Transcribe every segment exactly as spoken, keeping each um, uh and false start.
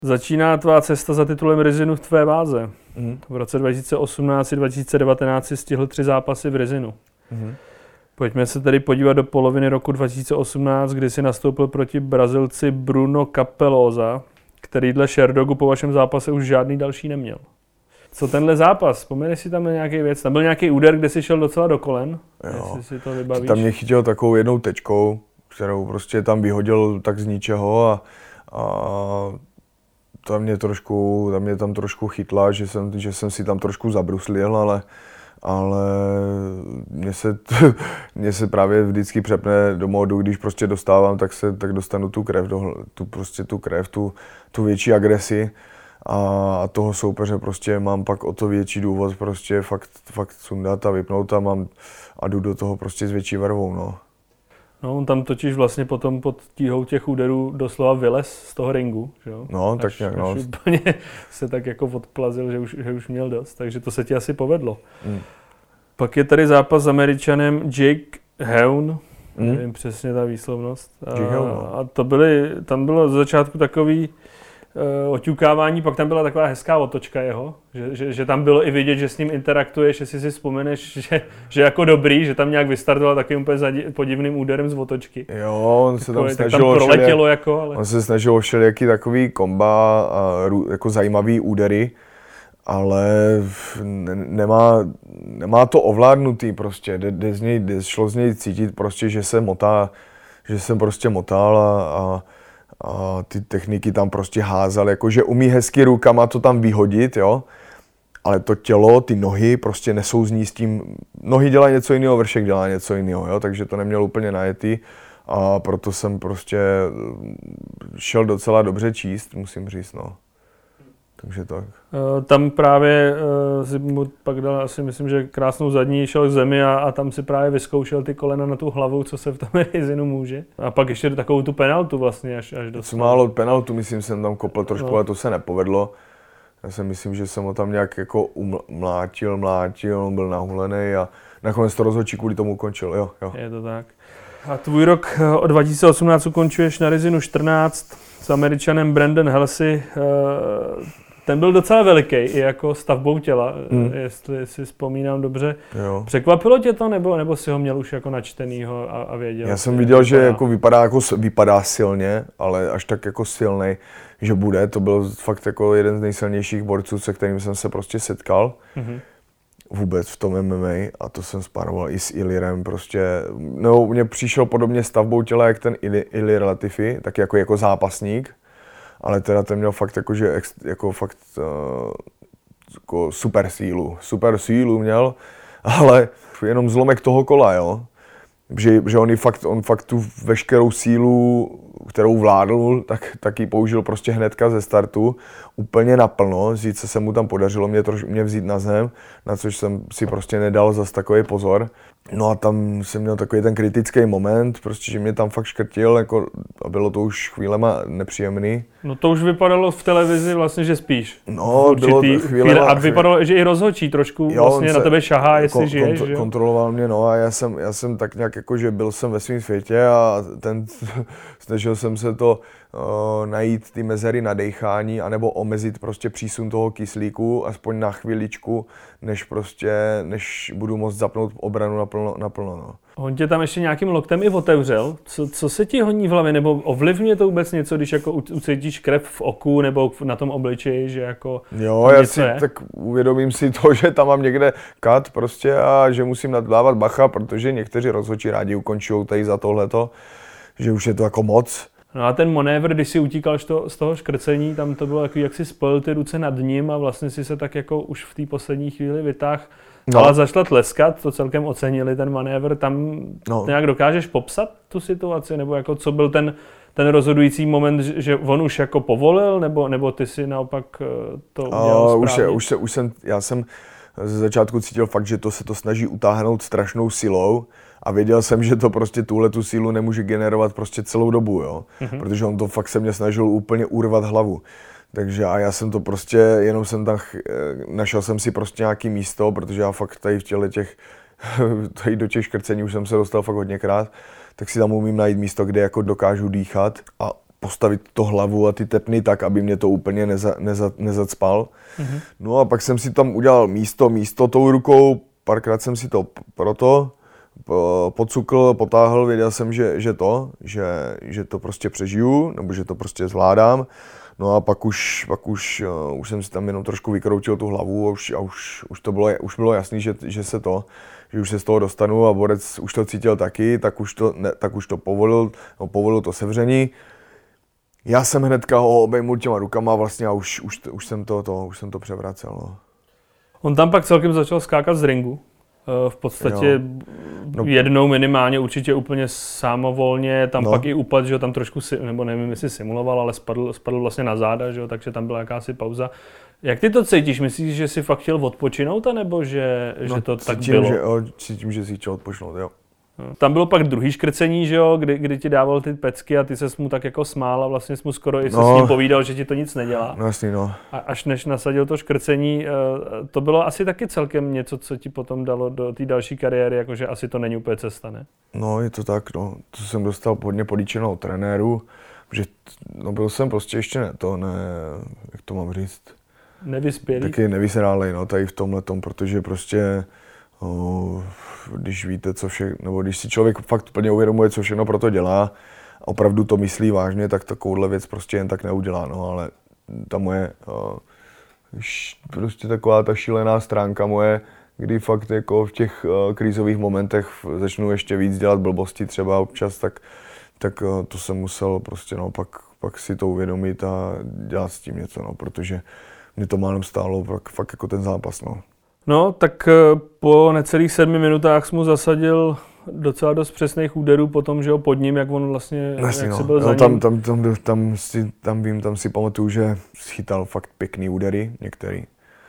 Začíná tvá cesta za titulem Rizinu v tvé váze. Mm. V roce dva tisíce osmnáct a dva tisíce devatenáct si stihl tři zápasy v Rizinu. Mm. Pojďme se tedy podívat do poloviny roku dva tisíce osmnáct, kdy si nastoupil proti Brazilci Bruno Capelosa, který dle Sherdogu po vašem zápase už žádný další neměl. Co tenhle zápas? Vzpomeneš si tam na nějaký věc? Tam byl nějaký úder, kde si šel docela do kolen, jo. jestli si to vybavíš. Tam mě chytil takovou jednou tečkou, kterou prostě tam vyhodil tak z ničeho a, a tam mě trošku, tam mě tam trošku chytla, že jsem, že jsem si tam trošku zabruslil, ale ale mně se, mně se právě vždycky přepne do módu, když prostě dostávám, tak se tak dostanu tu krev, do, tu prostě tu krev, tu, tu větší agresi a toho soupeře prostě mám pak o to větší důvod prostě fakt, fakt sundat a vypnout a mám a jdu do toho prostě s větší vervou, no. No, on tam totiž vlastně potom pod tíhou těch úderů doslova vylez z toho ringu, že jo? No, až, tak nějak, no. Až úplně se tak jako odplazil, že už, že už měl dost, takže to se ti asi povedlo. Mm. Pak je tady zápas s Američanem Jake Heun, mm. nevím přesně ta výslovnost. A, Heun, no. a to byly, tam bylo z začátku takový uh, oťukávání, pak tam byla taková hezká otočka jeho, že, že, že tam bylo i vidět, že s ním interaktuješ, jestli si vzpomeneš, že, že jako dobrý, že tam nějak vystartoval takovým úplně podivným úderem z otočky. Jo, on se tam Takový, snažil tam proletělo všelijak, jako, ale... on se snažil o všelijaký takový komba a jako zajímavý údery, ale ne, nemá, nemá to ovládnutý prostě, jde, jde z něj, jde, šlo z něj cítit prostě, že se motá, že jsem prostě motal a, a, a ty techniky tam prostě házal, jakože umí hezky rukama to tam vyhodit, jo, ale to tělo, ty nohy prostě nesouzní s tím, nohy dělá něco jiného, vršek dělá něco jiného, jo, takže to neměl úplně najetý a proto jsem prostě šel docela dobře číst, musím říct, no. Takže tak. Tam právě uh, si mu pak dal asi, myslím, že krásnou zadní, šel k zemi a, a tam si právě vyzkoušel ty kolena na tu hlavu, co se v tom Rizinu může. A pak ještě takovou tu penaltu vlastně až, až dostal. Málo penaltu, myslím, jsem tam kopl trošku, no. Ale to se nepovedlo. Já si myslím, že jsem ho tam nějak jako umlátil, mlátil, on byl nahulený a nakonec to rozhodčí kvůli tomu končil, jo, jo. Je to tak. A tvůj rok od dva tisíce osmnáct ukončuješ na Rizinu čtrnáct s Američanem Brandon Halsey. Ten byl docela veliký, i jako stavbou těla, hmm. jestli si vzpomínám dobře. Jo. Překvapilo tě to, nebo, nebo si ho měl už jako načtenýho a, a věděl? Já jsem viděl, že jako vypadá, jako vypadá silně, ale až tak jako silnej, že bude. To byl fakt jako jeden z nejsilnějších borců, se kterým jsem se prostě setkal. Hmm. Vůbec v tom M M A a to jsem spároval i s Ilirem prostě. No, mně přišel podobně stavbou těla, jak ten Ilir Latifi, tak jako, jako zápasník. Ale teda ten měl fakt jako, že jako fakt uh, jako super sílu, super sílu měl, ale jenom zlomek toho kola, jo. Že, že on, fakt, on fakt tu veškerou sílu, kterou vládl, tak, tak ji použil prostě hnedka ze startu, úplně naplno. Sice se mu tam podařilo mě, troš, mě vzít na zem, na což jsem si prostě nedal zas takový pozor. No a tam jsem měl takový ten kritický moment, prostě, že mě tam fakt škrtil, jako, a bylo to už chvílema nepříjemný. No to už vypadalo v televizi vlastně, že spíš. No, bylo to chvílema. A vypadalo, že i rozhodčí trošku jo, vlastně na tebe šahá, jestli kon, žiješ, kont- že jo? Kontroloval mě, no a já jsem, já jsem tak nějak jako, že byl jsem ve svém světě a ten, snažil jsem se to uh, najít ty mezery na dechání, anebo omezit prostě přísun toho kyslíku, aspoň na chviličku, než prostě, než budu moct zapnout obranu naplno, naplno, no. On tě tam ještě nějakým loktem i otevřel. Co, co se ti honí v hlavě, nebo ovlivňuje to vůbec něco, když jako ucítíš krev v oku nebo na tom obličeji, že jako jo, já si je? Tak uvědomím si to, že tam mám někde kat prostě a že musím nadávat bacha, protože někteří rozhodčí rádi ukončují tady za tohleto, že už je to jako moc. No a ten manévr, když si utíkal z toho škrcení, tam to bylo takový, jak si spojil ty ruce nad ním a vlastně si se tak jako už v té poslední chvíli vytáhl. No. Ale začala tleskat, to celkem ocenili ten manévr, tam no. Nějak dokážeš popsat tu situaci, nebo jako co byl ten, ten rozhodující moment, že on už jako povolil, nebo, nebo ty si naopak to udělal správně? Už, je, už, se, už jsem, já jsem ze začátku cítil fakt, že to se to snaží utáhnout strašnou silou a věděl jsem, že to prostě tuhle tu sílu nemůže generovat prostě celou dobu, jo, mm-hmm. protože on to fakt se mě snažil úplně urvat hlavu. Takže a já jsem to prostě, jenom jsem tam, našel jsem si prostě nějaký místo, protože já fakt tady v těle těch, tady do těch škrcení už jsem se dostal fakt hodněkrát, tak si tam umím najít místo, kde jako dokážu dýchat a postavit to hlavu a ty tepny tak, aby mě to úplně neza, neza, nezacpal. Mm-hmm. No a pak jsem si tam udělal místo, místo tou rukou, párkrát jsem si to proto podcukl, potáhl, věděl jsem, že, že to, že, že to prostě přežiju, nebo že to prostě zvládám. No a pak už, pak už, uh, už jsem si tam jenom trošku vykroutil tu hlavu a už, a už, už to bylo, už bylo jasný, že, že se to, že už se z toho dostanu a borec už to cítil taky, tak už to, ne, tak už to povolil, no, povolil to sevření. Já jsem hnedka ho obejmul těma rukama vlastně a už, už, už, jsem, to, to, už jsem to převracel. No. On tam pak celkem začal skákat z ringu. V podstatě no. jednou minimálně určitě úplně samovolně, tam no. pak i upadl, že tam trošku, nebo nevím, jestli simuloval, ale spadl, spadl vlastně na záda, že takže tam byla jakási pauza. Jak ty to cítíš? Myslíš, že jsi fakt chtěl odpočinout, anebo že, no, že to cítím, tak bylo? Že, jo, cítím, že jsi chtěl odpočinout, jo. Tam bylo pak druhý škrcení, že jo, kdy, kdy ti dával ty pecky a ty ses mu tak jako smál a vlastně jsi mu skoro i se no, s ním povídal, že ti to nic nedělá. No jasný, no. A až než nasadil to škrcení, to bylo asi taky celkem něco, co ti potom dalo do té další kariéry, jakože asi to není úplně cesta, ne? No je to tak, no. To jsem dostal hodně políčeno od trenéru, že no byl jsem prostě ještě ne, to ne, jak to mám říct? Nevyspělý. Taky nevysrálej, no, tady v tomhletom, protože prostě O, když víte, co vše, nebo když si člověk fakt plně uvědomuje, co všechno pro to dělá, a opravdu to myslí vážně, tak takovouhle věc prostě jen tak neudělá, no, ale ta moje, o, prostě taková ta šílená stránka moje, kdy fakt jako v těch o, krizových momentech začnu ještě víc dělat blbosti třeba občas, tak, tak o, to jsem musel prostě, no, pak, pak si to uvědomit a dělat s tím něco, no, protože mě to málem stálo fakt, fakt jako ten zápas, no. No, tak po necelých sedmi minutách jsem mu zasadil docela dost přesných úderů potom, že jo, pod ním, jak on vlastně, Jasně, jak no. se byl no, za ním. Tam, tam, tam, tam, si, tam vím, tam si pamatuju, že schytal fakt pěkný údery, některý.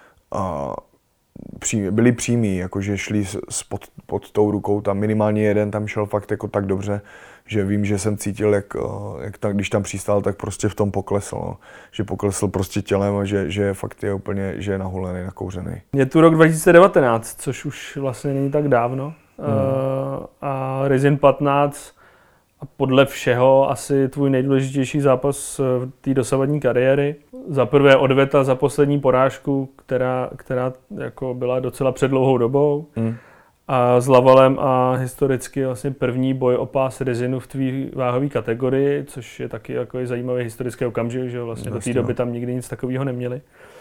A pří, byli přímý, jakože šli pod, pod tou rukou, tam minimálně jeden tam šel fakt jako tak dobře, že vím, že jsem cítil, jak, jak tam, když tam přistál, tak prostě v tom poklesl, no. Že poklesl prostě tělem a že, že fakt je úplně, že je nahulený, nakouřený. Je tu rok dva tisíce devatenáct, což už vlastně není tak dávno. Hmm. Uh, a Rizin patnáct a podle všeho asi tvůj nejdůležitější zápas v té dosavadní kariéry. Za prvé odveta za poslední porážku, která, která jako byla docela před dlouhou dobou. Hmm. A s Lavalem a historicky vlastně první boj o pás Rizinu v tvý váhové kategorii, což je taky jako zajímavý historický okamžik, že vlastně do té doby tam nikdy nic takového neměli.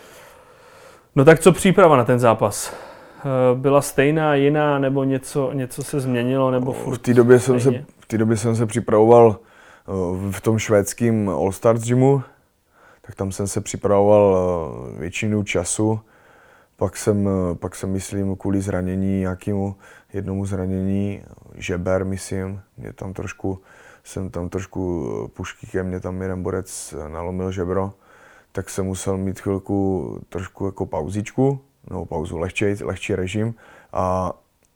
No tak co příprava na ten zápas? Byla stejná, jiná, nebo něco, něco se změnilo, nebo furt v té době jsem se v té době jsem se připravoval v tom švédském All Stars gymu, tak tam jsem se připravoval většinu času. Pak jsem, pak jsem, myslím, kvůli zranění, nějakému jednomu zranění, žeber, myslím, mě tam trošku, jsem tam trošku puškýkem, mě tam jeden borec nalomil žebro, tak jsem musel mít chvilku trošku jako pauzičku, nebo pauzu, lehčí, lehčí režim a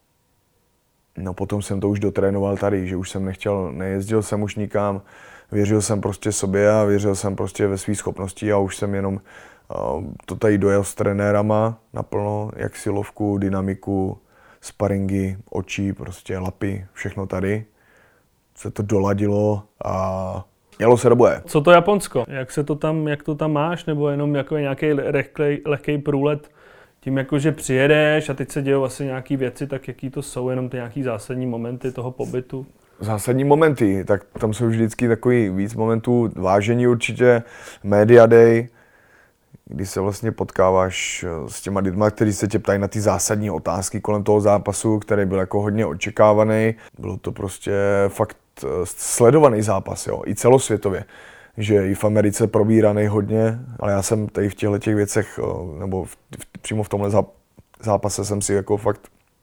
no potom jsem to už dotrénoval tady, že už jsem nechtěl, nejezdil jsem už nikam, věřil jsem prostě sobě a věřil jsem prostě ve své schopnosti a už jsem jenom to tady dojel s trenérama naplno, jak silovku, dynamiku, sparingy, oči, prostě lapy, všechno tady. Se to doladilo a jelo se do boje. Co to Japonsko? Jak se to tam, jak to tam máš, nebo jenom jako nějaký lehkej, lehkej průlet? Tím jako, že přijedeš a teď se dějou asi nějaký věci, tak jaký to jsou jenom ty nějaký zásadní momenty toho pobytu? Zásadní momenty, tak tam jsou vždycky takový víc momentů, vážení určitě, media day, kdy se vlastně potkáváš s těma lidma, kteří se tě ptají na ty zásadní otázky kolem toho zápasu, který byl jako hodně očekávaný. Bylo to prostě fakt sledovaný zápas, jo, i celosvětově, že i v Americe probíraný hodně, ale já jsem tady v těchto těch věcech, nebo v, v, přímo v tomhle zápase jsem si jako fakt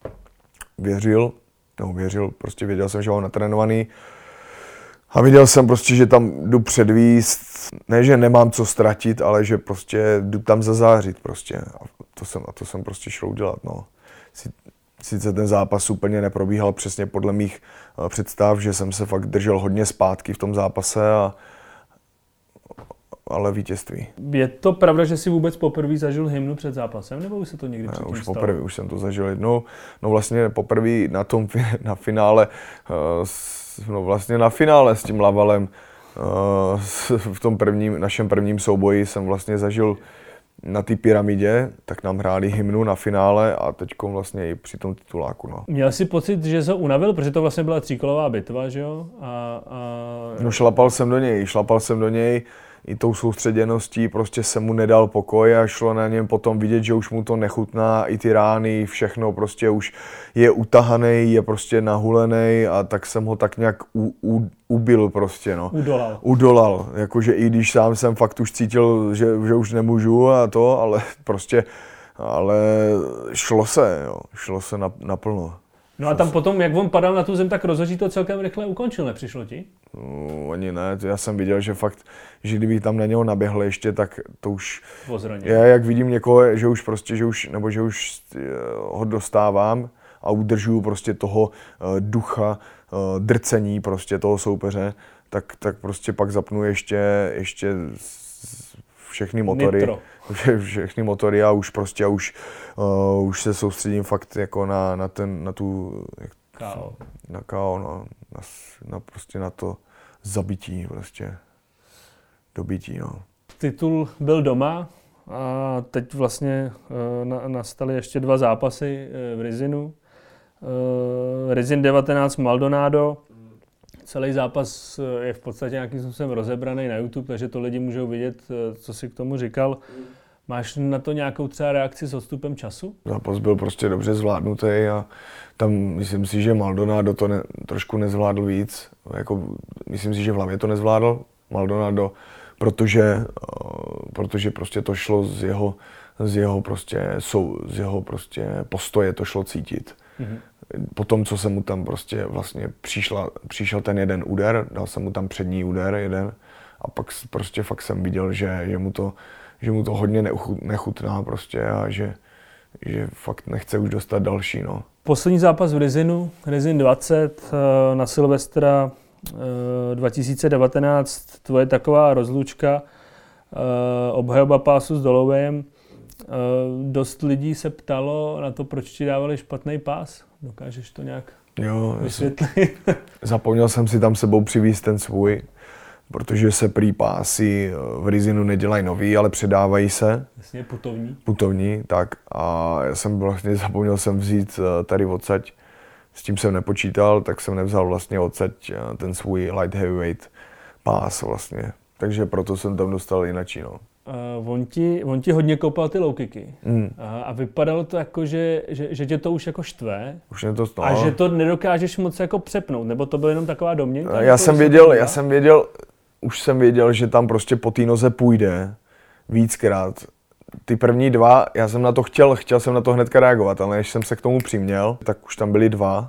věřil, no věřil, prostě věděl jsem, že mám natrénovaný. A viděl jsem prostě, že tam jdu předvíst, ne, že nemám co ztratit, ale že prostě jdu tam zazářit prostě. A to jsem, a to jsem prostě šel udělat, no. Sice ten zápas úplně neprobíhal přesně podle mých představ, že jsem se fakt držel hodně zpátky v tom zápase, a, ale vítězství. Je to pravda, že jsi vůbec poprvé zažil hymnu před zápasem, nebo už se to někdy ne, předtím už stalo? Poprvé, už jsem to zažil jednou. No vlastně poprvé na tom, na finále, no vlastně na finále s tím Lavalem, v tom prvním, našem prvním souboji jsem vlastně zažil na té pyramidě, tak nám hráli hymnu na finále a teďkom vlastně i při tom tituláku. No. Měl jsi pocit, že se unavil, protože to vlastně byla tříkolová bitva, že jo? A, a... No šlapal jsem do něj, šlapal jsem do něj, i tou soustředěností prostě jsem mu nedal pokoj a šlo na něm potom vidět, že už mu to nechutná, i ty rány, všechno prostě už je utahaný, je prostě nahulený a tak jsem ho tak nějak u, u, ubil prostě, no. Udolal. Udolal, jakože i když sám jsem fakt už cítil, že, že už nemůžu a to, ale prostě, ale šlo se, jo, šlo se na, naplno. No a tam potom, jak on padal na tu zem, tak rozhodčí to celkem rychle ukončil, nepřišlo ti? No, ani ne, já jsem viděl, že fakt, že kdybych tam na něho naběhl ještě, tak to už, já jak vidím někoho, že už prostě, že už, nebo že už ho dostávám a udržuju prostě toho uh, ducha, uh, drcení prostě toho soupeře, tak, tak prostě pak zapnu ještě, ještě všechny motory. Nitro. Všechny motory a už prostě, už, uh, už se soustředím fakt jako na, na ten, na tu, K O. Na K O, no, na, na prostě na to zabití prostě, dobití, no. Titul byl doma a teď vlastně uh, na, nastaly ještě dva zápasy uh, v Rizinu. Uh, Rizin devatenáct Maldonado. Celý zápas je v podstatě nějakým způsobem rozebraný na YouTube, takže to lidi můžou vidět, co si k tomu říkal. Máš na to nějakou třeba reakci s odstupem času? Zápas byl prostě dobře zvládnutý a tam myslím si, že Maldonado to ne, trošku nezvládl víc. Jako, myslím si, že v hlavě to nezvládl Maldonado, protože, protože prostě to šlo z jeho, z jeho, prostě, z jeho prostě postoje, to šlo cítit. Mm-hmm. Po tom, co jsem mu tam prostě vlastně přišla, přišel ten jeden úder, dal jsem mu tam přední úder jeden a pak prostě fakt jsem viděl, že, že, mu, to, že mu to hodně nechutná prostě a že, že fakt nechce už dostat další, no. Poslední zápas v Rizinu, Rizin dvacet na Silvestra dva tisíce devatenáct, tvoje taková rozlučka, obhajoba pásu s Dolovejem. Dost lidí se ptalo na to, proč ti dávali špatný pás. Dokážeš to nějak jo, vysvětlit? Zapomněl jsem si tam sebou přivízt ten svůj, protože se prý pásy v Rizinu nedělají nový, ale předávají se. Jasně, putovní. Putovní, tak. A já jsem vlastně zapomněl jsem vzít tady odsaď. S tím jsem nepočítal, tak jsem nevzal vlastně odsaď ten svůj light heavyweight pás vlastně. Takže proto jsem tam dostal jinačí, no. Uh, on, ti, on ti hodně kopal ty low kicky. Mm. Uh, a vypadalo to jako, že, že, že tě to už jako štve. Už mě to stalo. A že to nedokážeš moc jako přepnout, nebo to byla jenom taková domněnka? Já jsem věděl, já jsem věděl, už jsem věděl, že tam prostě po té noze půjde víckrát. Ty první dva, já jsem na to chtěl, chtěl jsem na to hnedka reagovat, ale než jsem se k tomu přiměl, tak už tam byly dva.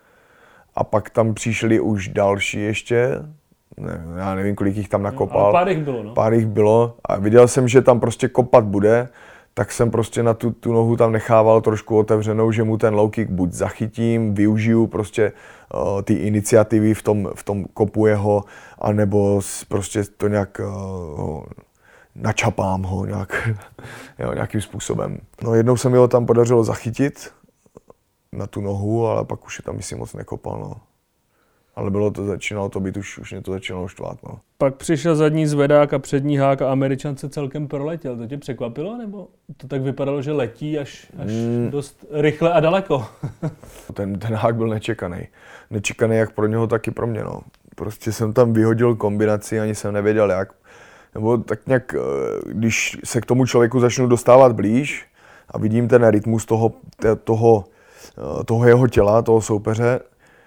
A pak tam přišli už další ještě. Ne, já nevím, kolik jich tam nakopal. No, pár jich bylo, no. Pár jich bylo a viděl jsem, že tam prostě kopat bude, tak jsem prostě na tu, tu nohu tam nechával trošku otevřenou, že mu ten low kick buď zachytím, využiju prostě uh, ty iniciativy v tom, v tom kopu jeho, anebo prostě to nějak uh, načapám ho nějak, jo, nějakým způsobem. No jednou se mi ho tam podařilo zachytit na tu nohu, ale pak už je tam myslím moc nekopal, no. Ale bylo to, začínalo to být, už, už mě to začínalo štvát, no. Pak přišel zadní zvedák a přední hák a Američan se celkem proletěl. To tě překvapilo, nebo to tak vypadalo, že letí až, až mm. dost rychle a daleko? ten, ten hák byl nečekaný. Nečekaný jak pro něho, tak i pro mě, no. Prostě jsem tam vyhodil kombinaci, ani jsem nevěděl jak. Nebo tak nějak, když se k tomu člověku začnu dostávat blíž a vidím ten rytmus toho, toho, toho jeho těla, toho soupeře,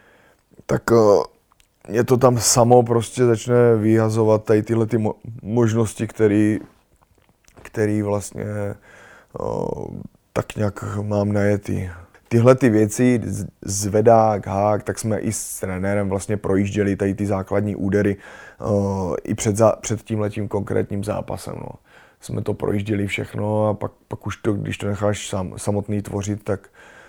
tak je to tam samo prostě začne vyhazovat tady tyhle ty mo- možnosti, který, který vlastně o, tak nějak mám najetý. Tyhle ty věci, zvedák, hák, tak jsme i s trenérem vlastně projížděli tady ty základní údery o, i před, za, před tímhletím konkrétním zápasem. No. Jsme to projížděli všechno a pak, pak už to, když to necháš sam, samotný tvořit, tak,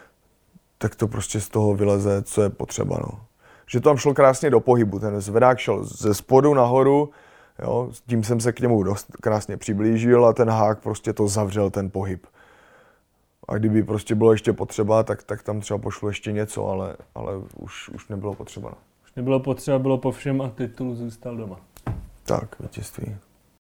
tak to prostě z toho vyleze, co je potřeba. No. Že to tam šlo krásně do pohybu, ten zvedák šel ze spodu nahoru, jo, tím jsem se k němu dost krásně přiblížil a ten hák prostě to zavřel ten pohyb. A kdyby prostě bylo ještě potřeba, tak, tak tam třeba pošlu ještě něco, ale, ale už, už nebylo potřeba. No. Už nebylo potřeba, bylo po všem a titul zůstal doma. Tak, vítězství.